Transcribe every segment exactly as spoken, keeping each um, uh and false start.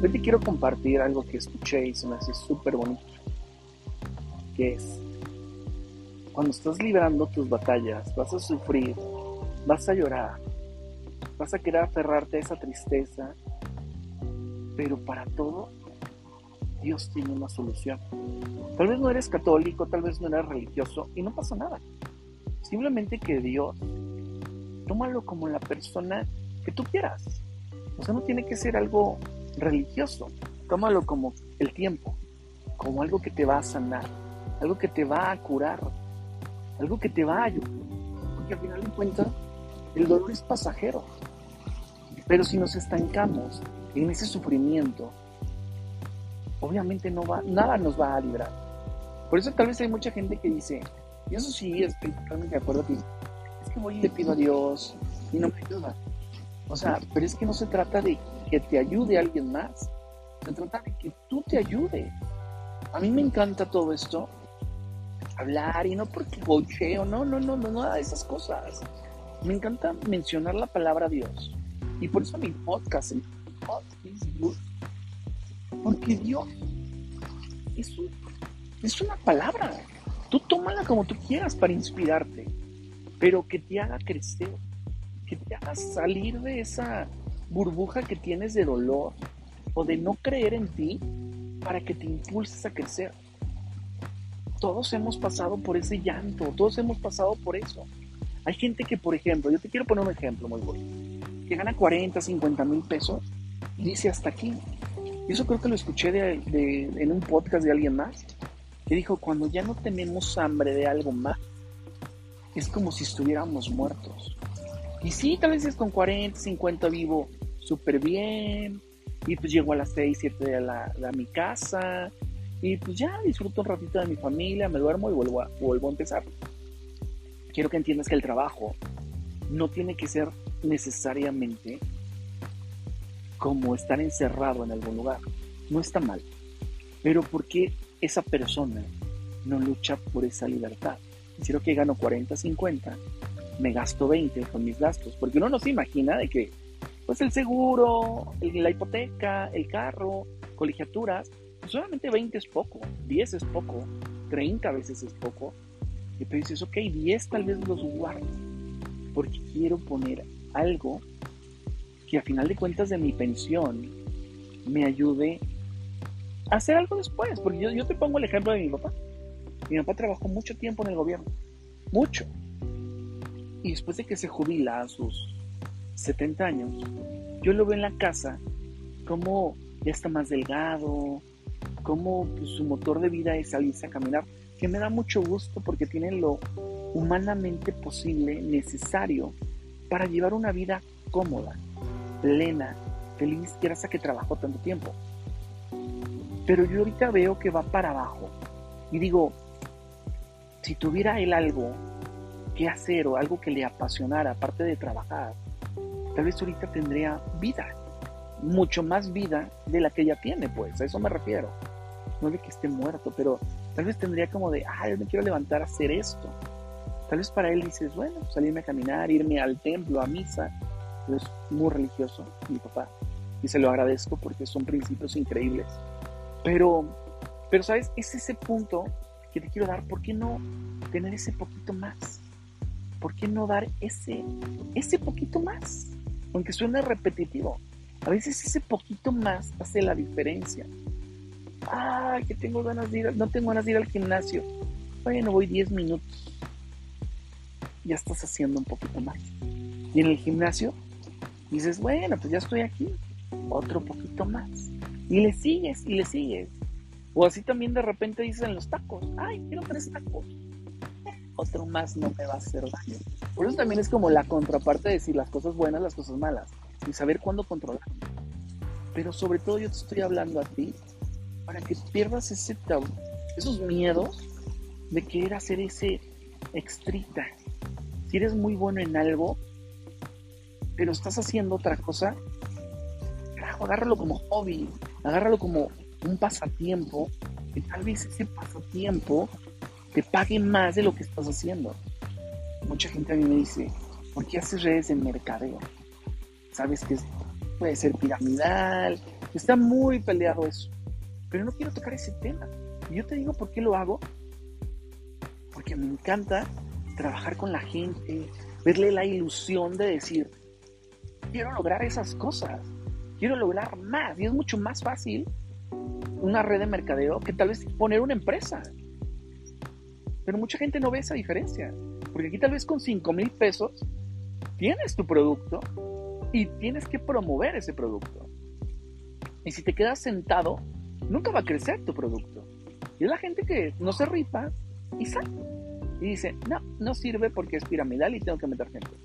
Hoy te quiero compartir algo que escuché y se me hace súper bonito, que es, cuando estás librando tus batallas, vas a sufrir, vas a llorar, vas a querer aferrarte a esa tristeza, pero para todo, Dios tiene una solución. Tal vez no eres católico, tal vez no eres religioso, y no pasa nada. Simplemente que Dios, tómalo como la persona que tú quieras. O sea, no tiene que ser algo religioso. Tómalo como el tiempo, como algo que te va a sanar, algo que te va a curar, algo que te va a ayudar. Porque al final de cuentas, el dolor es pasajero. Pero si nos estancamos en ese sufrimiento, obviamente no va, nada nos va a librar. Por eso tal vez hay mucha gente que dice, y eso sí, estoy totalmente de acuerdo que es que voy y le pido a Dios y no me ayuda. O sea, pero es que no se trata de que te ayude alguien más, se trata de que tú te ayudes. A mí me encanta todo esto, hablar, y no porque coacheo, no, no, no, no, nada de esas cosas. Me encanta mencionar la palabra Dios. Y por eso mi podcast, el podcast, porque Dios es, un, es una palabra. Tú tómala como tú quieras para inspirarte, pero que te haga crecer, que te haga salir de esa burbuja que tienes de dolor o de no creer en ti, para que te impulses a crecer. Todos hemos pasado por ese llanto, todos hemos pasado por eso. Hay gente que, por ejemplo, yo te quiero poner un ejemplo muy bueno, que gana cuarenta, cincuenta mil pesos y dice hasta aquí. Y eso creo que lo escuché de, de, en un podcast de alguien más, que dijo, cuando ya no tenemos hambre de algo más, es como si estuviéramos muertos. Y sí, tal vez es con cuarenta, cincuenta vivo súper bien, y pues llego a las seis, siete de, la, de mi casa, y pues ya disfruto un ratito de mi familia, me duermo y vuelvo a, vuelvo a empezar. Quiero que entiendas que el trabajo no tiene que ser necesariamente como estar encerrado en algún lugar. No está mal, pero ¿por qué esa persona no lucha por esa libertad? Quiero que gano cuarenta, cincuenta, me gasto veinte con mis gastos, porque uno no se imagina de que pues el seguro, el, la hipoteca, el carro, colegiaturas, pues solamente veinte es poco, diez es poco, treinta veces es poco, y tú dices, ok, diez tal vez los guardo, porque quiero poner algo que a final de cuentas de mi pensión me ayude a hacer algo después, porque yo, yo te pongo el ejemplo de mi papá. Mi papá trabajó mucho tiempo en el gobierno, mucho, y después de que se jubila a sus setenta años, yo lo veo en la casa como ya está más delgado, como pues, su motor de vida es salirse a caminar, que me da mucho gusto porque tiene lo humanamente posible, necesario para llevar una vida cómoda, plena, feliz, gracias a que trabajó tanto tiempo. Pero yo ahorita veo que va para abajo y digo, si tuviera él algo que hacer o algo que le apasionara aparte de trabajar, tal vez ahorita tendría vida, mucho más vida de la que ella tiene, pues, a eso me refiero. No de que esté muerto, pero tal vez tendría como de, ah, yo me quiero levantar a hacer esto. Tal vez para él dices, bueno, salirme a caminar, irme al templo, a misa. Él es muy religioso, mi papá, y se lo agradezco porque son principios increíbles. Pero, pero ¿sabes? Es ese punto que te quiero dar. ¿Por qué no tener ese poquito más? ¿Por qué no dar ese, ese poquito más? Aunque suene repetitivo, a veces ese poquito más hace la diferencia. Ah, que tengo ganas de ir, no tengo ganas de ir al gimnasio. Bueno, voy diez minutos. Ya estás haciendo un poquito más. Y en el gimnasio dices, bueno, pues ya estoy aquí. Otro poquito más. Y le sigues, y le sigues. O así también de repente dices en los tacos, ay, quiero tres tacos. Otro más no me va a hacer daño. Por eso también es como la contraparte de decir las cosas buenas, las cosas malas. Y saber cuándo controlar. Pero sobre todo yo te estoy hablando a ti para que pierdas ese tabú, esos miedos de querer hacer ese extrita. Si eres muy bueno en algo, pero estás haciendo otra cosa, carajo, agárralo como hobby, agárralo como un pasatiempo, que tal vez ese pasatiempo te pague más de lo que estás haciendo. Mucha gente a mí me dice, ¿por qué haces redes de mercadeo? Sabes que es, puede ser piramidal, Está muy peleado eso. Pero no quiero tocar ese tema. Y yo te digo por qué lo hago. Porque me encanta trabajar con la gente, verle la ilusión de decir, quiero lograr esas cosas, quiero lograr más. Y es mucho más fácil una red de mercadeo que tal vez poner una empresa. Pero mucha gente no ve esa diferencia. Porque aquí tal vez con cinco mil pesos tienes tu producto y tienes que promover ese producto. Y si te quedas sentado, nunca va a crecer tu producto. Y es la gente que no se rifa y sale. Y dice, no, no sirve porque es piramidal y tengo que meter gente.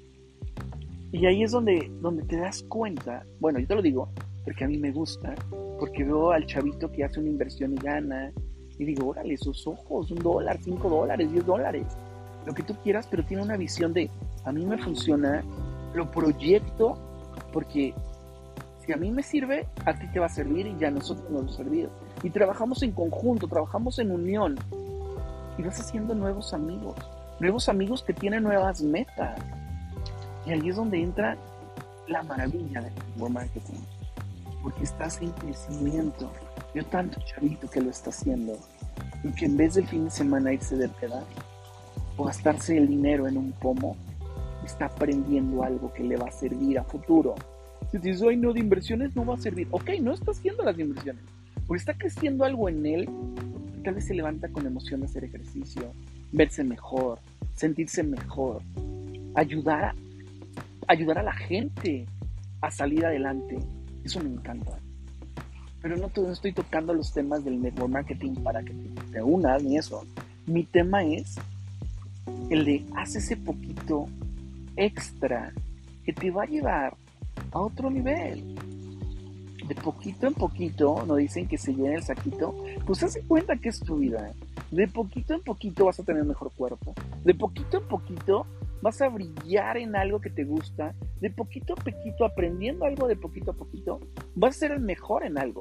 Y ahí es donde, donde te das cuenta, bueno, yo te lo digo porque a mí me gusta, porque veo al chavito que hace una inversión y gana, y digo, órale, sus ojos, un dólar, cinco dólares, diez dólares, lo que tú quieras, pero tiene una visión de, a mí me funciona, lo proyecto, porque si a mí me sirve, a ti te va a servir y ya a nosotros nos va a servir. Y trabajamos en conjunto, trabajamos en unión, y vas haciendo nuevos amigos, nuevos amigos que tienen nuevas metas. Y ahí es donde entra la maravilla del network marketing, porque estás en crecimiento. Yo tanto chavito que lo está haciendo, y que en vez del fin de semana irse de peda o gastarse el dinero en un pomo, está aprendiendo algo que le va a servir a futuro. Si dices, ay no, de inversiones no va a servir. Ok, no está haciendo las inversiones, porque está creciendo algo en él, y tal vez se levanta con emoción de hacer ejercicio, verse mejor, sentirse mejor, ayudar a, ayudar a la gente a salir adelante. Eso me encanta. Pero no, no estoy tocando los temas del network marketing para que te unas ni eso. Mi tema es el de haz ese poquito extra que te va a llevar a otro nivel. De poquito en poquito, no dicen que se llene el saquito, pues haz de cuenta que es tu vida. De poquito en poquito vas a tener mejor cuerpo. De poquito en poquito vas a brillar en algo que te gusta. De poquito a poquito, aprendiendo algo de poquito a poquito, vas a ser el mejor en algo.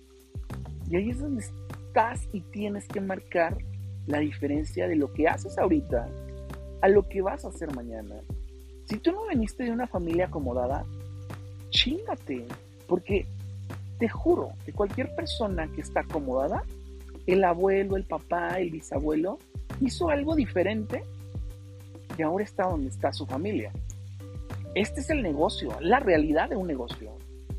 Y ahí es donde estás y tienes que marcar la diferencia de lo que haces ahorita a lo que vas a hacer mañana. Si tú no veniste de una familia acomodada, chíngate, porque te juro que cualquier persona que está acomodada, el abuelo, el papá, el bisabuelo, hizo algo diferente y ahora está donde está su familia. Este es el negocio, la realidad de un negocio.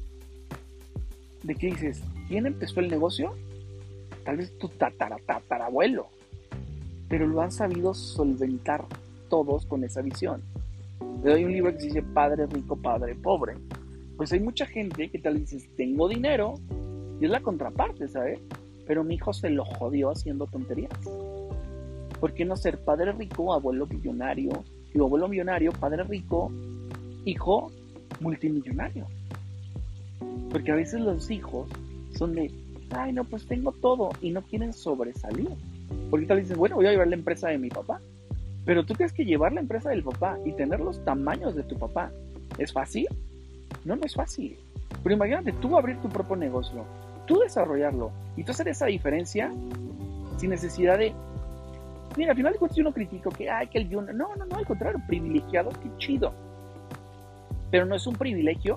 ¿De qué dices? ¿Quién empezó el negocio? Tal vez tu tatara, tatarabuelo, pero lo han sabido solventar todos con esa visión. Le doy un libro que se dice Padre Rico, Padre Pobre. Pues hay mucha gente que tal vez dices, tengo dinero, y es la contraparte, ¿sabes? Pero mi hijo se lo jodió haciendo tonterías. ¿Por qué no ser padre rico, abuelo millonario? Digo, abuelo millonario, padre rico, hijo multimillonario. Porque a veces los hijos son de, ay no, pues tengo todo, y no quieren sobresalir. Porque tal vez dices, bueno, voy a llevar la empresa de mi papá. Pero tú crees que llevar la empresa del papá y tener los tamaños de tu papá, ¿es fácil? No, no es fácil. Pero imagínate tú abrir tu propio negocio, tú desarrollarlo y tú hacer esa diferencia sin necesidad de... Mira, al final de cuentas yo no critico que, ay, que el yo... No, no, no, al contrario, privilegiado, qué chido. Pero no es un privilegio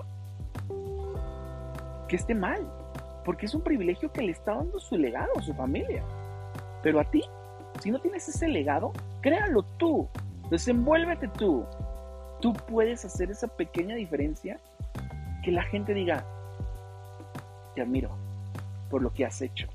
que esté mal, porque es un privilegio que le está dando su legado a su familia. Pero a ti, si no tienes ese legado, créalo tú, desenvuélvete tú. Tú puedes hacer esa pequeña diferencia que la gente diga, te admiro por lo que has hecho.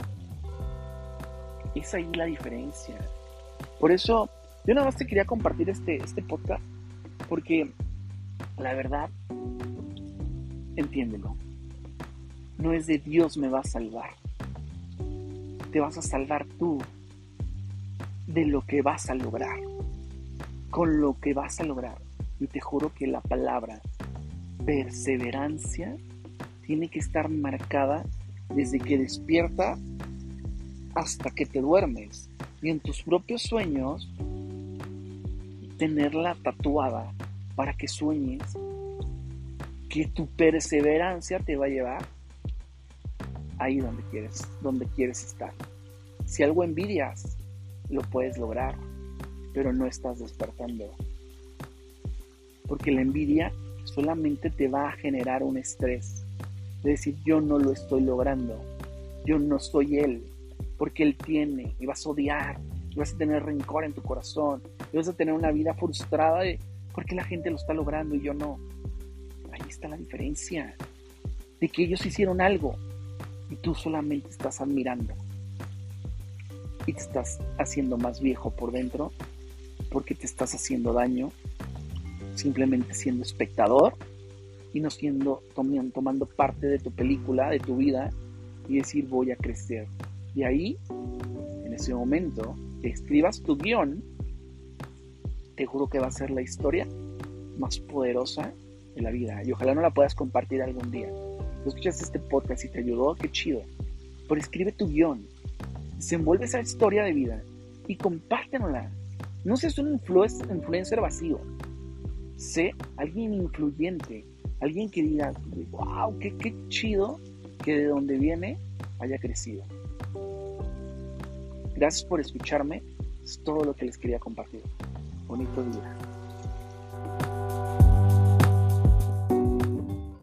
Es ahí la diferencia. Por eso, yo nada más te quería compartir este, este podcast, porque la verdad, entiéndelo, no es de Dios me va a salvar. Te vas a salvar tú de lo que vas a lograr, con lo que vas a lograr. Y te juro que la palabra perseverancia tiene que estar marcada desde que despiertas hasta que te duermes. Y en tus propios sueños, tenerla tatuada para que sueñes que tu perseverancia te va a llevar ahí donde quieres, donde quieres estar. Si algo envidias, lo puedes lograr, pero no estás despertando. Porque la envidia solamente te va a generar un estrés de decir yo no lo estoy logrando, yo no soy él, porque él tiene, y vas a odiar, y vas a tener rencor en tu corazón, y vas a tener una vida frustrada de por qué la gente lo está logrando y yo no. Ahí está la diferencia, de que ellos hicieron algo y tú solamente estás admirando y te estás haciendo más viejo por dentro porque te estás haciendo daño simplemente siendo espectador y no siendo tomando parte de tu película, de tu vida, y decir voy a crecer. Y ahí, en ese momento, que escribas tu guión, te juro que va a ser la historia más poderosa de la vida. Y ojalá no la puedas compartir algún día. Si escuchas este podcast y te ayudó, qué chido. Pero escribe tu guión, desenvuelve esa historia de vida y compártela. No seas un influencer vacío. Sé alguien influyente, alguien que diga, wow, qué, qué chido que de donde viene haya crecido. Gracias por escucharme, es todo lo que les quería compartir. Bonito día.